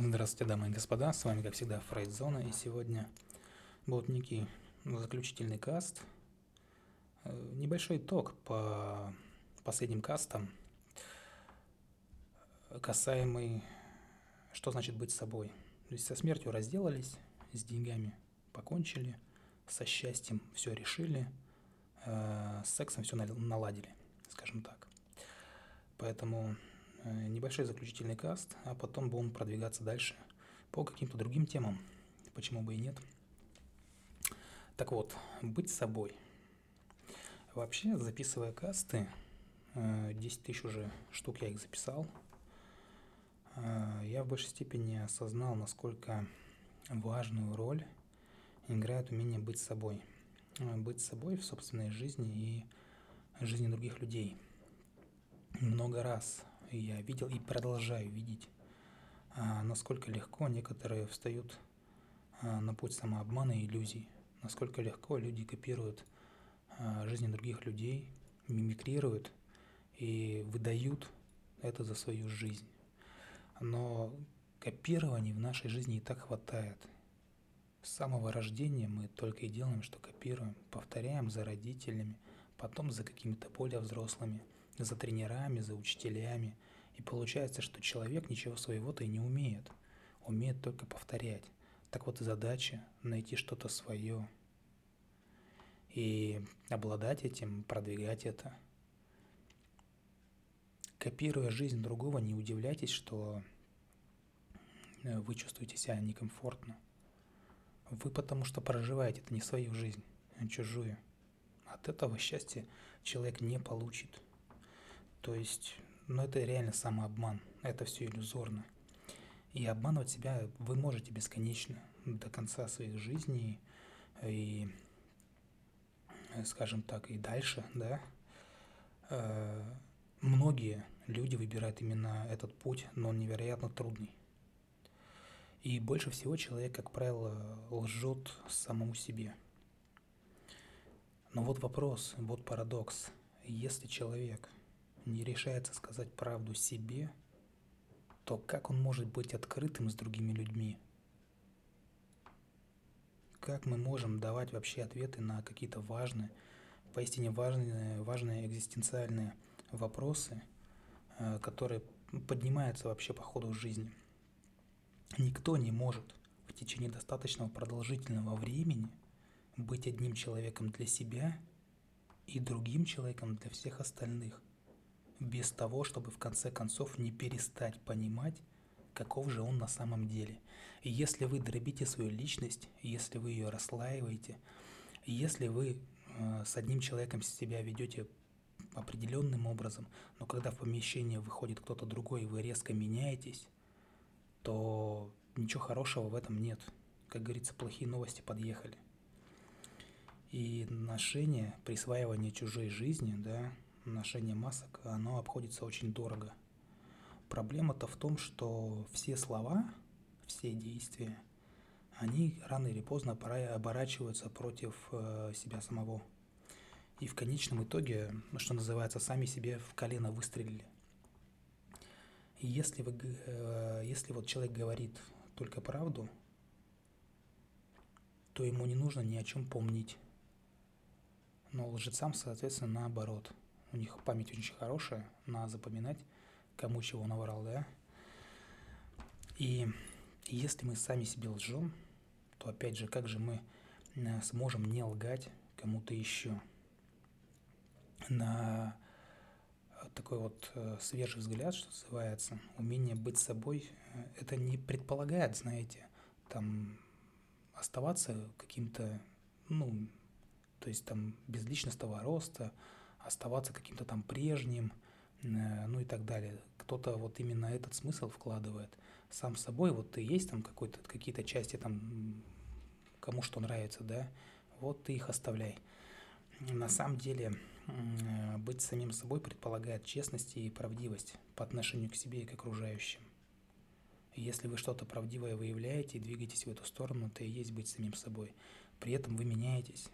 Здравствуйте, дамы и господа, с вами, как всегда, Фрейд-зона, и сегодня будет некий заключительный каст, небольшой итог по последним кастам, касаемый, что значит быть собой. То есть со смертью разделались, с деньгами покончили, со счастьем все решили, с сексом все наладили, скажем так. Поэтому небольшой заключительный каст, а потом будем продвигаться дальше по каким-то другим темам, почему бы и нет. Так вот, быть собой. Вообще, записывая касты, 10 тысяч уже штук я их записал, я в большей степени осознал, насколько важную роль играет умение быть собой. Быть собой в собственной жизни и жизни других людей. Много раз я видел и продолжаю видеть, насколько легко некоторые встают на путь самообмана и иллюзий, насколько легко люди копируют жизни других людей, мимикрируют и выдают это за свою жизнь. Но копирований в нашей жизни и так хватает. С самого рождения мы только и делаем, что копируем, повторяем за родителями, потом за какими-то более взрослыми, за тренерами, за учителями. И получается, что человек ничего своего-то и не умеет. Умеет только повторять. Так вот, задача найти что-то свое и обладать этим, продвигать это. Копируя жизнь другого, не удивляйтесь, что вы чувствуете себя некомфортно. Вы потому что проживаете это не свою жизнь, а чужую. От этого счастья человек не получит. То есть, это реально самообман, это все иллюзорно. И обманывать себя вы можете бесконечно, до конца своих жизней и, скажем так, и дальше, да. Многие люди выбирают именно этот путь, но он невероятно трудный. И больше всего человек, как правило, лжет самому себе. Но вот вопрос, вот парадокс. Если человек не решается сказать правду себе, то как он может быть открытым с другими людьми? Как мы можем давать вообще ответы на какие-то важные, поистине важные экзистенциальные вопросы, которые поднимаются вообще по ходу жизни? Никто не может в течение достаточного продолжительного времени быть одним человеком для себя и другим человеком для всех остальных, без того, чтобы в конце концов не перестать понимать, каков же он на самом деле. И если вы дробите свою личность, если вы ее расслаиваете, если вы с одним человеком себя ведете определенным образом, но когда в помещение выходит кто-то другой, и вы резко меняетесь, то ничего хорошего в этом нет. Как говорится, плохие новости подъехали. И ношение, присваивание чужой жизни, да, ношение масок, оно обходится очень дорого. Проблема-то в том, что все слова, все действия, они рано или поздно оборачиваются против себя самого. И в конечном итоге, что называется, сами себе в колено выстрелили. И если вот человек говорит только правду, то ему не нужно ни о чем помнить. Но лжецам, соответственно, наоборот. У них память очень хорошая, надо запоминать, кому чего наврал, да? И если мы сами себе лжем, то опять же, как же мы сможем не лгать кому-то еще? На такой вот свежий взгляд, что называется, умение быть собой, это не предполагает, знаете, там оставаться каким-то, то есть там без личностного роста, оставаться каким-то там прежним, и так далее. Кто-то вот именно этот смысл вкладывает. Сам собой, вот ты есть там какие-то части там, кому что нравится, да, вот ты их оставляй. На самом деле, быть самим собой предполагает честность и правдивость по отношению к себе и к окружающим. Если вы что-то правдивое выявляете и двигаетесь в эту сторону, то и есть быть самим собой. При этом вы меняетесь.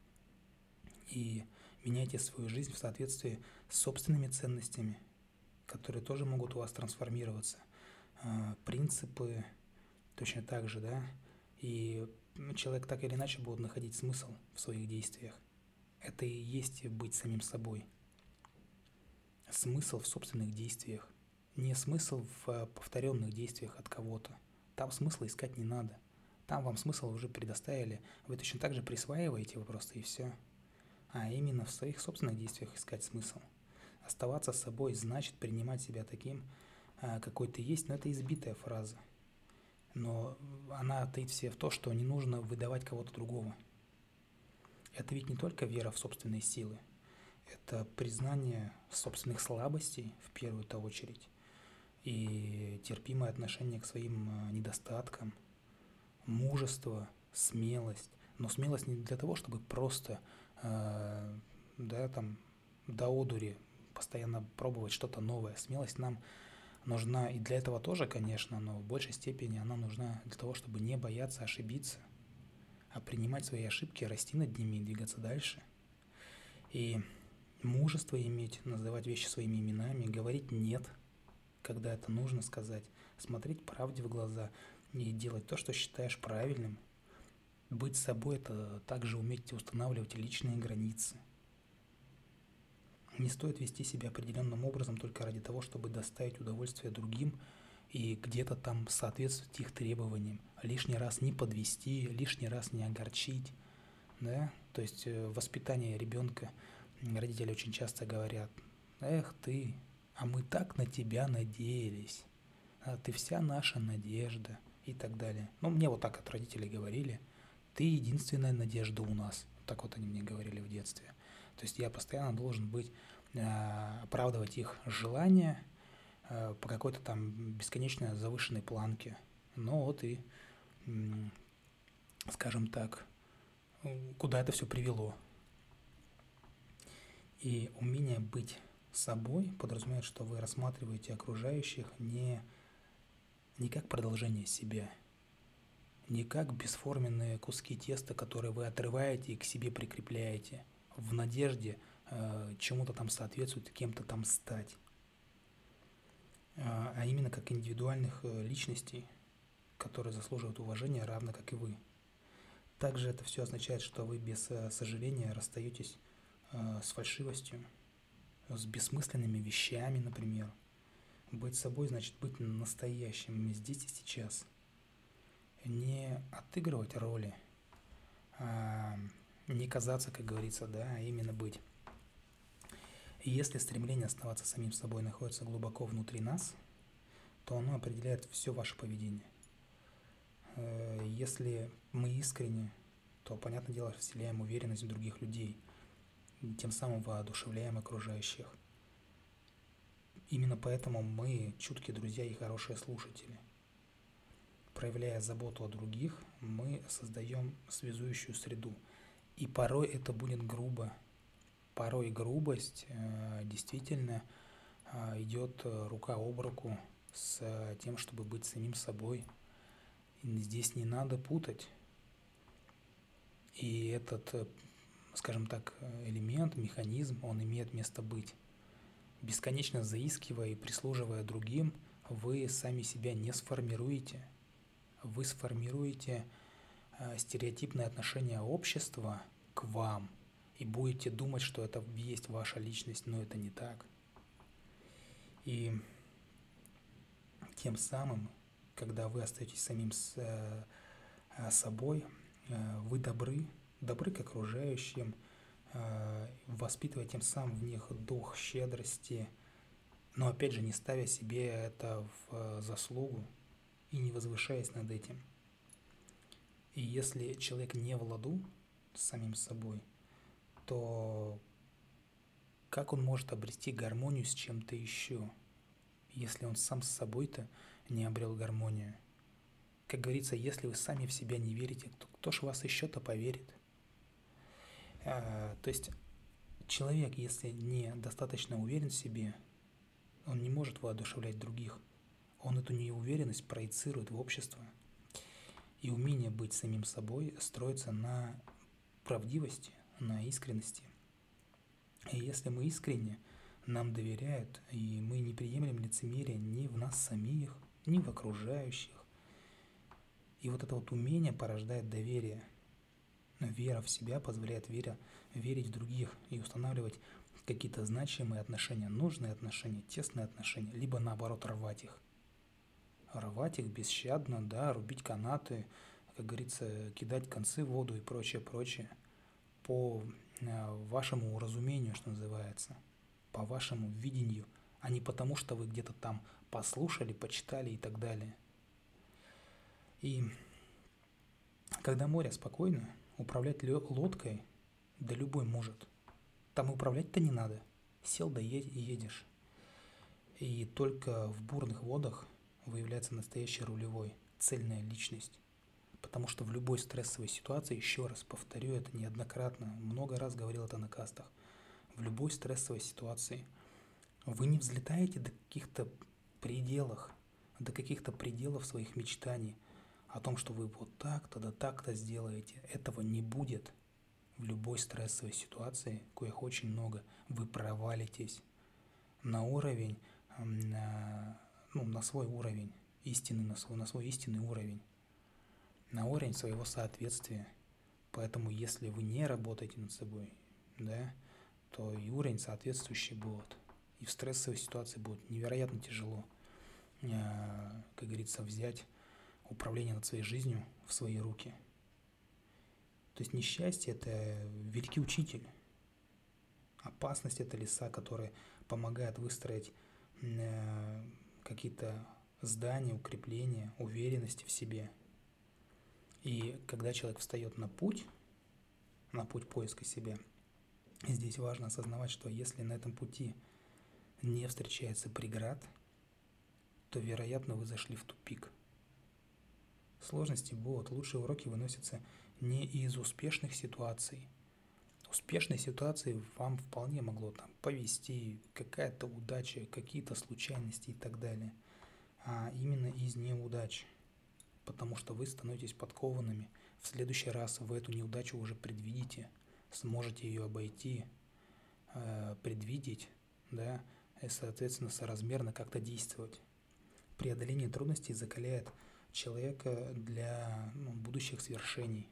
И меняйте свою жизнь в соответствии с собственными ценностями, которые тоже могут у вас трансформироваться. Принципы, точно так же, да, и человек так или иначе будет находить смысл в своих действиях. Это и есть быть самим собой. Смысл в собственных действиях. Не смысл в повторенных действиях от кого-то. Там смысла искать не надо. Там вам смысл уже предоставили. Вы точно так же присваиваете его просто и все. А именно в своих собственных действиях искать смысл. Оставаться собой значит принимать себя таким, какой ты есть, но это избитая фраза. Но она таит в себе в то, что не нужно выдавать кого-то другого. Это ведь не только вера в собственные силы, это признание собственных слабостей в первую-то очередь и терпимое отношение к своим недостаткам, мужество, смелость. Но смелость не для того, чтобы просто да, там, до одури постоянно пробовать что-то новое. Смелость нам нужна и для этого тоже, конечно, но в большей степени она нужна для того, чтобы не бояться ошибиться, а принимать свои ошибки, расти над ними и двигаться дальше. И мужество иметь, называть вещи своими именами, говорить «нет», когда это нужно сказать, смотреть правде в глаза и делать то, что считаешь правильным. Быть собой – это также уметь устанавливать личные границы. Не стоит вести себя определенным образом только ради того, чтобы доставить удовольствие другим и где-то там соответствовать их требованиям. Лишний раз не подвести, лишний раз не огорчить. Да? То есть воспитание ребенка, родители очень часто говорят: «Эх ты, а мы так на тебя надеялись, ты вся наша надежда» и так далее. Ну, мне вот так от родителей говорили: «Ты единственная надежда у нас». Так вот они мне говорили в детстве. То есть я постоянно должен быть, оправдывать их желания по какой-то там бесконечно завышенной планке. Но вот и, скажем так, куда это все привело. И умение быть собой подразумевает, что вы рассматриваете окружающих не как продолжение себя, не как бесформенные куски теста, которые вы отрываете и к себе прикрепляете в надежде чему-то там соответствовать, кем-то там стать, а именно как индивидуальных личностей, которые заслуживают уважения, равно как и вы. Также это все означает, что вы без сожаления расстаетесь с фальшивостью, с бессмысленными вещами, например. Быть собой значит быть настоящим здесь и сейчас. Не отыгрывать роли, не казаться, как говорится, да, а именно быть. И если стремление оставаться самим собой находится глубоко внутри нас, то оно определяет все ваше поведение. Если мы искренне, то, понятное дело, вселяем уверенность в других людей, тем самым воодушевляем окружающих. Именно поэтому мы чуткие друзья и хорошие слушатели. Проявляя заботу о других, мы создаем связующую среду. И порой это будет грубо. Порой грубость действительно идет рука об руку с тем, чтобы быть самим собой. И здесь не надо путать. И этот, скажем так, элемент, механизм, он имеет место быть. Бесконечно заискивая и прислуживая другим, вы сами себя не сформируете. Вы сформируете стереотипное отношение общества к вам и будете думать, что это есть ваша личность, но это не так. И тем самым, когда вы остаетесь самим собой, вы добры к окружающим, воспитывая тем самым в них дух щедрости, но опять же не ставя себе это в заслугу и не возвышаясь над этим. И если человек не в ладу с самим собой, то как он может обрести гармонию с чем-то еще, если он сам с собой-то не обрел гармонию? Как говорится, если вы сами в себя не верите, то кто ж вас еще-то поверит? То есть человек, если не достаточно уверен в себе, он не может воодушевлять других. Он эту неуверенность проецирует в общество. И умение быть самим собой строится на правдивости, на искренности. И если мы искренне, нам доверяют, и мы не приемлем лицемерия ни в нас самих, ни в окружающих, И вот это вот умение порождает доверие. Вера в себя позволяет верить в других и устанавливать какие-то значимые отношения, нужные отношения, тесные отношения, либо наоборот рвать их. Рвать их бесщадно, да, рубить канаты, как говорится, кидать концы в воду и прочее, прочее, по вашему уразумению, что называется, по вашему видению, а не потому, что вы где-то там послушали, почитали и так далее. И когда море спокойно, управлять лодкой, да любой может. Там управлять-то не надо. Сел, да и едешь. И только в бурных водах выявляется настоящий рулевой, цельная личность. Потому что в любой стрессовой ситуации, еще раз повторю это неоднократно, много раз говорил это на кастах, в любой стрессовой ситуации вы не взлетаете до каких-то пределов своих мечтаний о том, что вы вот так-то да так-то сделаете. Этого не будет. В любой стрессовой ситуации, коих очень много, вы провалитесь на уровень, на свой уровень, истинный, на свой истинный уровень, на уровень своего соответствия. Поэтому если вы не работаете над собой, да, то и уровень соответствующий будет. И в стрессовой ситуации будет невероятно тяжело, как говорится, взять управление над своей жизнью в свои руки. То есть несчастье – это великий учитель. Опасность – это леса, которые помогают выстроить какие-то здания, укрепления, уверенности в себе. И когда человек встает на путь поиска себя, здесь важно осознавать, что если на этом пути не встречается преград, то, вероятно, вы зашли в тупик. Сложности будут, лучшие уроки выносятся не из успешных ситуаций. Успешной ситуации вам вполне могло там повезти, какая-то удача, какие-то случайности и так далее, а именно из неудач, потому что вы становитесь подкованными. В следующий раз вы эту неудачу уже предвидите, сможете ее обойти, предвидеть, да, и, соответственно, соразмерно как-то действовать. Преодоление трудностей закаляет человека для будущих свершений.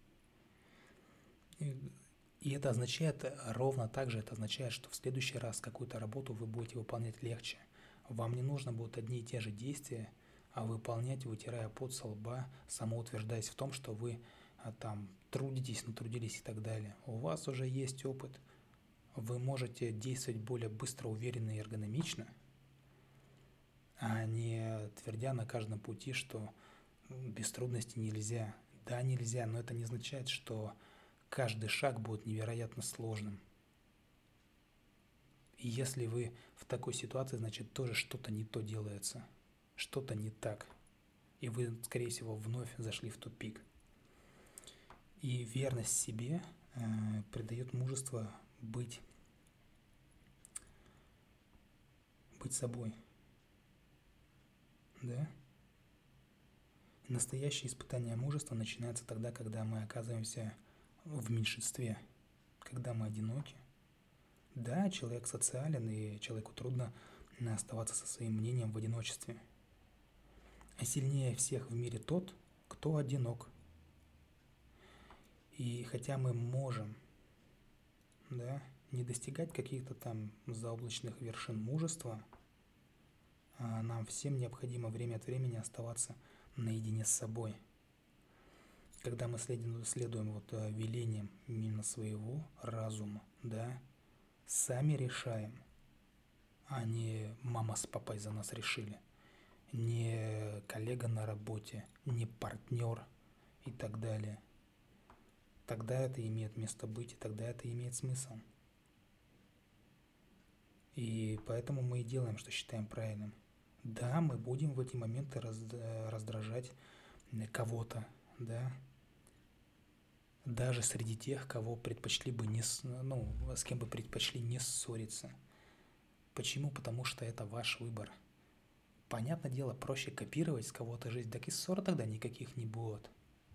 И это означает, ровно так же это означает, что в следующий раз какую-то работу вы будете выполнять легче. Вам не нужно будет одни и те же действия, а выполнять, вытирая пот со лба, самоутверждаясь в том, что вы там трудитесь, натрудились и так далее. У вас уже есть опыт, вы можете действовать более быстро, уверенно и эргономично, а не твердя на каждом пути, что без трудностей нельзя. Да, нельзя, но это не означает, что каждый шаг будет невероятно сложным. И если вы в такой ситуации, значит тоже что-то не то делается, что-то не так. И вы, скорее всего, вновь зашли в тупик. И верность себе придает мужество быть собой. Да? Настоящее испытание мужества начинается тогда, когда мы оказываемся в меньшинстве, когда мы одиноки. Да, человек социален, и человеку трудно оставаться со своим мнением в одиночестве. А сильнее всех в мире тот, кто одинок. И хотя мы можем, да, не достигать каких-то там заоблачных вершин мужества, нам всем необходимо время от времени оставаться наедине с собой. Когда мы следуем велениям именно своего разума, да, сами решаем, а не мама с папой за нас решили, не коллега на работе, не партнер и так далее. Тогда это имеет место быть, и тогда это имеет смысл. И поэтому мы и делаем, что считаем правильным. Да, мы будем в эти моменты раздражать кого-то, да, даже среди тех, кого предпочли бы с кем бы предпочли не ссориться. Почему? Потому что это ваш выбор. Понятное дело, проще копировать с кого-то жизнь, так и ссор тогда никаких не будет.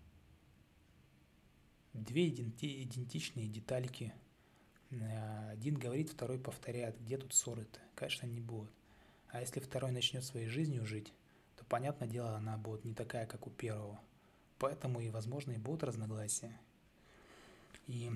Две идентичные детальки. Один говорит, второй повторяет. Где тут ссоры-то? Конечно, не будет. А если второй начнет своей жизнью жить, то, понятное дело, она будет не такая, как у первого. Поэтому и, возможно, и будут разногласия. И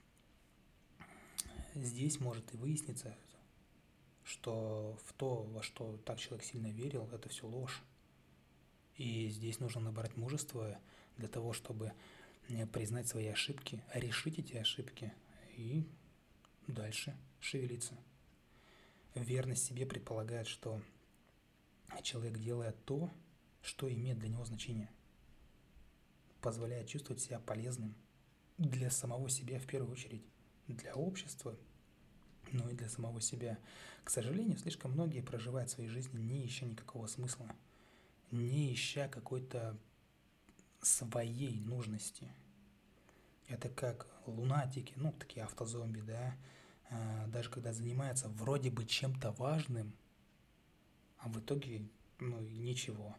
здесь может и выясниться, что в то, во что так человек сильно верил, это все ложь. И здесь нужно набрать мужество для того, чтобы признать свои ошибки, решить эти ошибки и дальше шевелиться. Верность себе предполагает, что человек делает то, что имеет для него значение, позволяет чувствовать себя полезным для самого себя в первую очередь, для общества, но и для самого себя. К сожалению, слишком многие проживают свои жизни, не ища никакого смысла, не ища какой-то своей нужности. Это как лунатики, ну, такие автозомби, да, даже когда занимаются вроде бы чем-то важным, а в итоге, ну, ничего.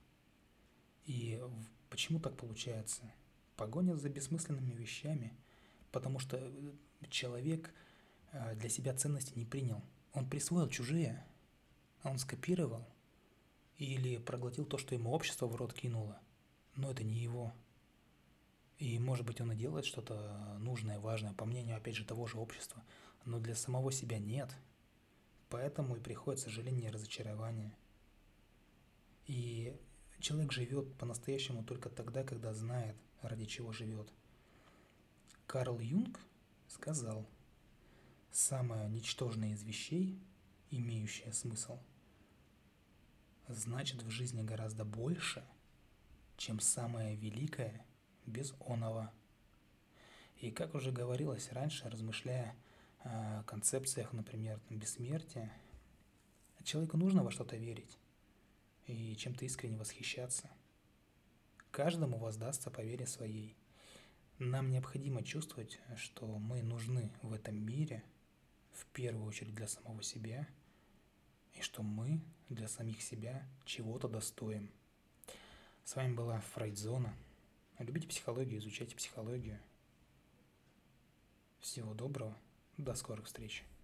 И почему так получается? Погоня за бессмысленными вещами, потому что человек для себя ценности не принял. Он присвоил чужие, он скопировал или проглотил то, что ему общество в рот кинуло, но это не его. И, может быть, он и делает что-то нужное, важное, по мнению, опять же, того же общества, но для самого себя нет. Поэтому и приходит сожаление и разочарование. И человек живет по-настоящему только тогда, когда знает, ради чего живет. Карл Юнг сказал, самое ничтожное из вещей, имеющее смысл, значит в жизни гораздо больше, чем самое великое без оного. И как уже говорилось раньше, размышляя о концепциях, например, бессмертия, человеку нужно во что-то верить и чем-то искренне восхищаться. Каждому воздастся по вере своей. Нам необходимо чувствовать, что мы нужны в этом мире, в первую очередь для самого себя, и что мы для самих себя чего-то достоин. С вами была Фрейдзона. Любите психологию, изучайте психологию. Всего доброго, до скорых встреч.